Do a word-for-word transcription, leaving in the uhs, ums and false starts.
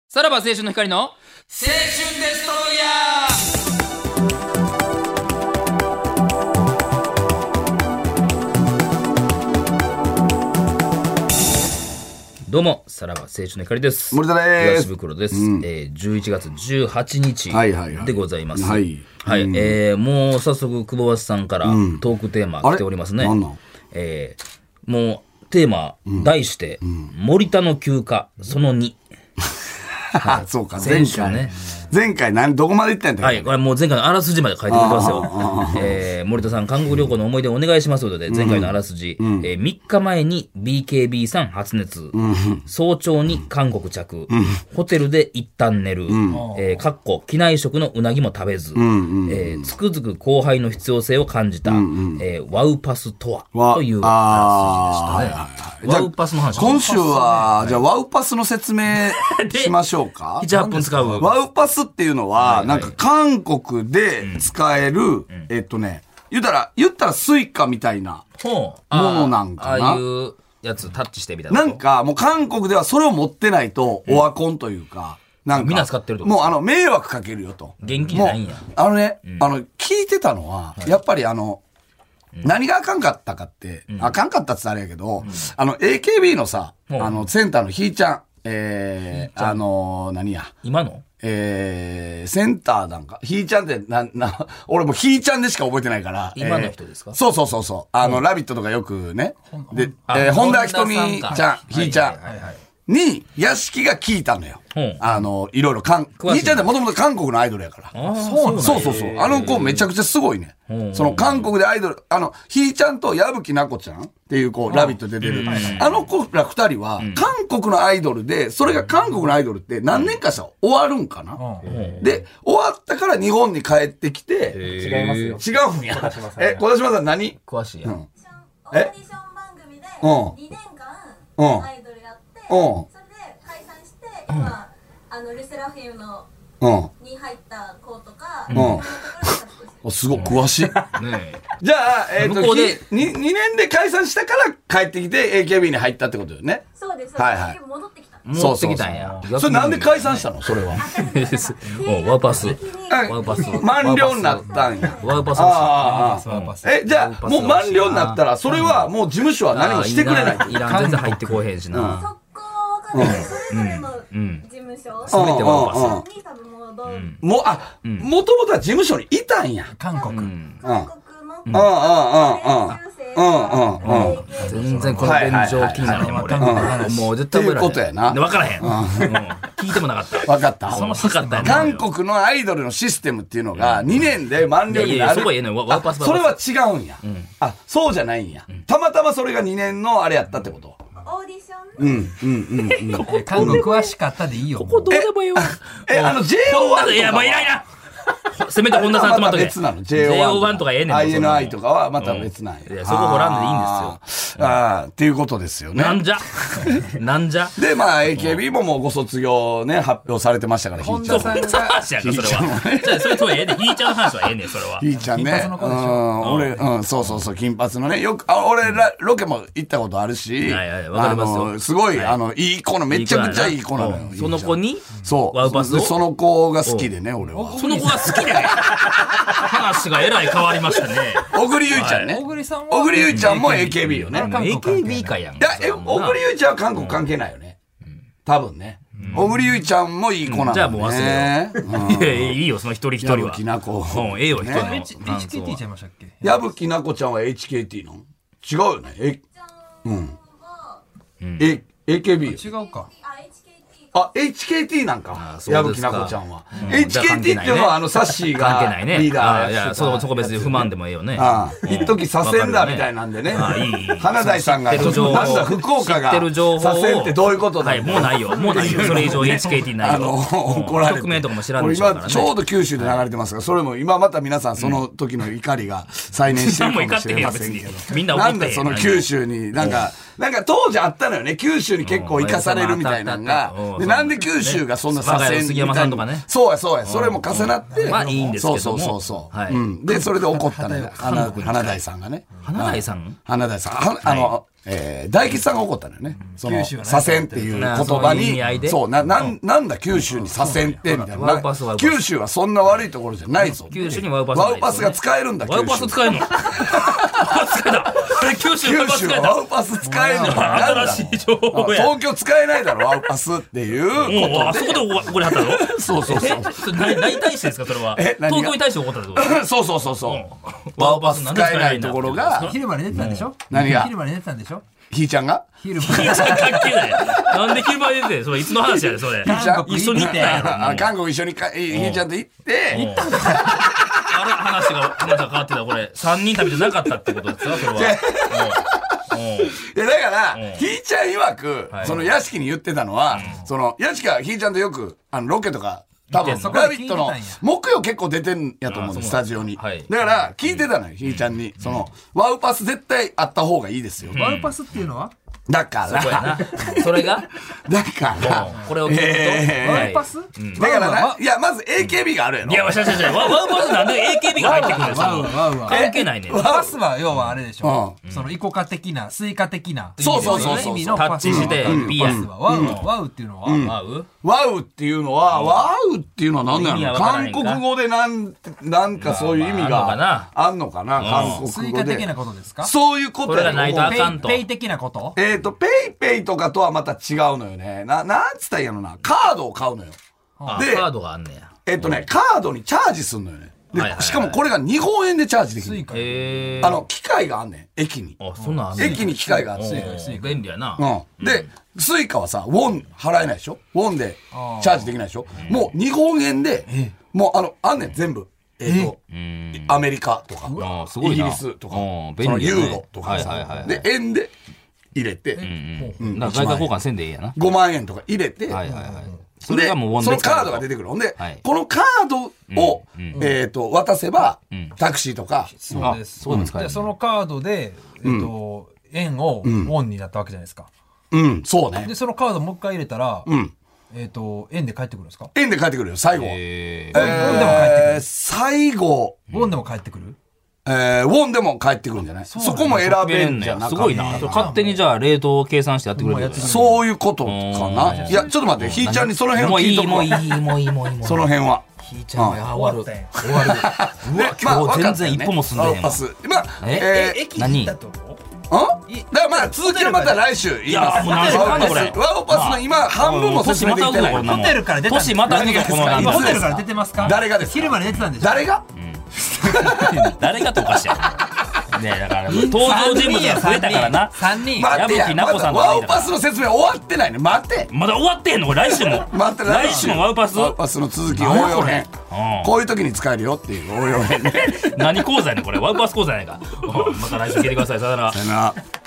さらば青春の光の青春デストロイヤー。どうもさらば青春の光です。 森田です。 東袋です、うんえー、じゅういちがつじゅうはちにちでございます。 はいはいはい、 はい、えー、もう早速久保橋さんからトークテーマ来ておりますね、うん、えー、もうテーマ、うん、題して、うん、森田の休暇そのにはい、そうか、前回ね。前回何、どこまで行ったんだっけ。 はい、これもう前回のあらすじまで書いてくれてますよ。えー、森田さん、韓国旅行の思い出をお願いしますということで、前回のあらすじ、うんえー、みっかまえに ビーケービー さん発熱、うん、早朝に韓国着、うん、ホテルで一旦寝る、うん、えー、かっこ、機内食のうなぎも食べず、うんえー、つくづく後輩の必要性を感じた、うんえー、ワウパスとはというあらすじでしたね。ワウパスの話。 今週は、じゃあワウパスの説明しましょうか。 ななはっぷん使う。 ワウパスっていうのは、はいはい、なんか韓国で使える、うん、えっとね、言ったら、言ったらスイカみたいなものなんかな。 ああいうやつタッチしてみたいな。 なんかもう韓国ではそれを持ってないとオワコンというか、うん、なんか。 みんな使ってるともうあの、迷惑かけるよと。 元気じゃないんや。 あのね、うん、あの、聞いてたのは、やっぱりあの、うん、何があかんかったかって、うん、あかんかったってあれやけど、うん、あの、エーケービー のさ、うん、あの、センターのひーちゃん、えー、あのー、何や。 今のえー、センターなんか、ひーちゃんって、な、な、俺もひーちゃんでしか覚えてないから。 今の人ですか、 えー、そうそうそうそう。あの、うん、ラビットとかよくね。で、えー、本田ひとみちゃん、ひーちゃん。はいはいはいはいに、屋敷が聞いたのよ。うん、あの、いろいろかん、ひーちゃんってもともと韓国のアイドルやから。 あそうそうそうそう。あの子めちゃくちゃすごいね。その韓国でアイドル、あの、ひーちゃんと矢吹奈子ちゃんっていう子、ラビットで出てる。あの子ら二人は、韓国のアイドルで、それが韓国のアイドルって何年かしたら終わるんかな、うん、で、終わったから日本に帰ってきて、 違いますよ。 違うんや。え、小田島さん何詳しいやん。 オーディション番組で、にねんかんアイドルやって、それで解散して、今、あの、ルセラフィムの、に入った子とか、うん。 おすごい詳しい。ねじゃあ、えっと、にねんで解散したから帰ってきて エーケービー に入ったってことよね。 そうです。 はいはい。 戻ってきた。 戻ってきたんや。 それなんで解散したのそれは。 ワウパス。 ワウパス。満了になったんや。 ワウパス。 ああ。え、じゃあ、もう満了になったら、それはもう事務所は何もしてくれない。 いらん、全然入ってこへんしな。 そこは分かんない。それぞれの事務所。 すべてワウパス。 に多分もう、 もう、あ、もともとは事務所にいたんや。 韓国。 韓国の。 うんうんうんうん。うんうんうん。 全然この現状気になるへん俺。もう絶対覚えられへん。っていうことやな。 分からへん。聞いてもなかった。 分かった。 その分かったや韓国のアイドルのシステムっていうのがにねんで満了になる。 そこええねん。ワウパス。 それは違うんや。あ、そうじゃないんや。たまたまそれがにねんのあれやったってこと。 オーディションうんうんうんうん。 韓国詳しかったでいいよ。 ここどうでもいいわ。 え、あの ジェイオーワン とか。 いや、もういないな。せめて本田さん集まっとけ。 別なのジェイオーワン とかええねん。 アイエヌアイ とかはまた別なんや。 いや、そこ掘らんでいいんですよ。ああ、っていうことですよね。 なんじゃなんじゃで、まあ エーケービー ももうご卒業ね、発表されてましたから、 ひーちゃん。 本田さんが。話やんか、それは。じゃあ、それとええねん。ひーちゃんの話はええねん、それは。 ひーちゃんね。うん、俺、うん、そうそうそう、金髪のね。よく、あ、俺、ロケも行ったことあるし。 はいはい、わかりますよ。 すごい、あの、いい子の、めちゃくちゃいい子なのよ。 その子にそう。 ワウパスをその子が好きでね、俺は。 その子が好きでね。話がえらい変わりましたね。 小栗ゆいちゃんね。 小栗さんは小栗ゆいちゃんも エーケービー よね。 エーケービー かやん。 いや、え、小栗ゆいちゃんは韓国関係ないよね。多分ね。小栗ゆいちゃんもいい子なんだね。 じゃあもう忘れよ。いや、いいよ、その一人一人は。 矢吹奈子。 うん、ええよ、一人の。 エイチケーティー ちゃいましたっけ矢吹奈子ちゃんは エイチケーティー の違うよね。え、うん。え、エーケービー。 違うか。 あ、エイチケーティー なんか。矢吹奈子ちゃんは。エイチケーティー っていうのは、あの、サッシーがリーダー。 いや、そこ別に不満でもええよね。 ああ。一時左遷だみたいなんでね。 ああ、いい。 花大さんが、なんだ、福岡が、左遷ってどういうことだはい、もうないよ。もうないよ。それ以上 エイチケーティー ないよ。 あの、怒られて。 曲名とかも知らんでしょうからね。 今、ちょうど九州で流れてますが、それも今また皆さんその時の怒りが再燃してるかもしれませんけど。 みんな怒ってなんでその九州に、なんか、なんか当時あったのよね。九州に結構生かされるみたいなのが。で、なんで九州がそんな左遷みたいな。そうや、そうや。それも重なって。 まあいいんですけども。 そうそうそう。で、それで怒ったのよ。花大さんがね。 花大さん花大さん。あの、 えー、大吉さんが怒ったのよね。その、 九州は左遷っていう言葉そういう意味合いに、 でそう、な、なん、なんだ九州に左遷って、みたいな。 ワウパスワウパス九州はそんな悪いところじゃないぞ。 九州にワウパスがワないですよねウパスが使えるんだ、 ワウパス使えるのワウパス使えたあれ九州ワウパ九州ス使えたはワウパス使えるのなんだ新しい情報や東京使えないだろ、ワウパスっていうもうあことで。 そこで怒りはったのそうそうそう。 えそれ何何に対してですかそれはえ何が東京に対して怒ったってことそうそうそうそう。 ワワウパス使えないところが、 昼まで寝てたんでしょ何が昼まで寝てたんでしょひーちゃんが昼まいや関係ないなんで昼間に出てそれいつの話やねんそれひーちゃん一緒に行ってあ韓国一緒にかひーちゃんと行って、 あれ話が話が変わってたこれさんにん旅じゃなかったってことですかそれはうんうんいやだから、 うんひーちゃん曰く、 はいその屋敷に言ってたのは、その屋敷はひーちゃんとよくあのロケとか多分見てそこでラビットの聞いてたんや木曜結構出てんやと思うんですスあそうなんタジオに、 はいだから聞いてたのよひーちゃんに、そのワウパス絶対あった方がいいですよ、 ワウパスっていうのはだからそこやなそれがだからうんこれを聞くとえーはいワウパスだからないやまず エーケービー があるやろいや、わしゃしゃしゃ、ワワウパスなんで エーケービー が入ってくるんですワウワウワウかワウ関係ないねん。 パスは要はあれでしょうそのイコカ的なスイカ的なそうそうそうそう意味のパスタッチしてうんピーやパスはワウワウっていうのはワウワウっていうのは、ワウっていうのは何な意味はの韓わからへんか国語でなん、なんかそういう意味まあまあがあんのかな、韓ス国語でイカ的な。ことですかそういうことやこれがないとあペかんと。 イペイ的なことえっと、ペイペイとかとはまた違うのよね。な、なんつったらいいんやろな。カードを買うのよ。であカードがあんねや。 えっとね、カードにチャージすんのよね。ではいはいはいしかもこれが日本円でチャージできる。 スイカへー。 あの、機械があんねん、駅に。 あ、そんなんあんねん駅に機械があっおて。 ー便利やな。 うん。で、スイカはさ、ウォン払えないでしょウォンでチャージできないでしょもう日本円で、もうあの、あんねん、全部。えっと、 うん。 アメリカとか、 あーすごいなイギリスとか、 うんその便利やねユーロとかはいはいはいはいさ、で、円で入れて、 うんうん。だから外貨交換せんでええやな。 ごまん円とか入れて、 はいはいはい。それでがもうウォンそので使えるとカードが出てくる。ほんで、 はいこのカードを、えっと、渡せば、タクシーとか、 そうですそういうの使えるでそのカードでえっと円をウォンになったわけじゃないですかうん、そうねで。そのカードもう一回入れたらうん。 えっと円で返ってくるんですか円で帰ってくるよ、最後。 ええーウォンでも帰ってくーる最後、 ウォンでも返ってくるえー、ウォンでも帰ってくるんじゃないそこも選べるんじゃなかったすごいな。それ勝手にじゃあ、レートを計算してやってくれるってことだそういうことかな。いや、ちょっと待って、ひーちゃんにその辺もういい、 を聞いとくわもういい、もういい、もういい。もういいその辺は。 ひーちゃんは、あ終わる。 終わったんや終わる。うわ、今日全然一歩も進んでへんわ。 パス。まあ、 ええ駅何行ったとこー、んだからまあ、続きはまた来週言います。 いやもう何時間だこれワオパスの今、半分も説明できてない。 年またぐぞこんなもんホテルから出たんです年またぐぞ、このなんかいつですホテルから出てますか誰がですか昼まで出てたんでしょ誰が誰がとかしや。ねえ、だから、登場人物が増えたからな。 さんにん待ってや、 矢吹奈まだ子さんとかワオパスの説明終わってないね。待って。 まだ終わってんのこれ来週も。 待って来週もワウパスワオパスの続き、応何やこれ用編。 うんこういう時に使えるよっていう応用編ね。 何講座やねんこれ。ワウパス講座やねんか。うんまた来週聞いてください。さよならさ。よなら。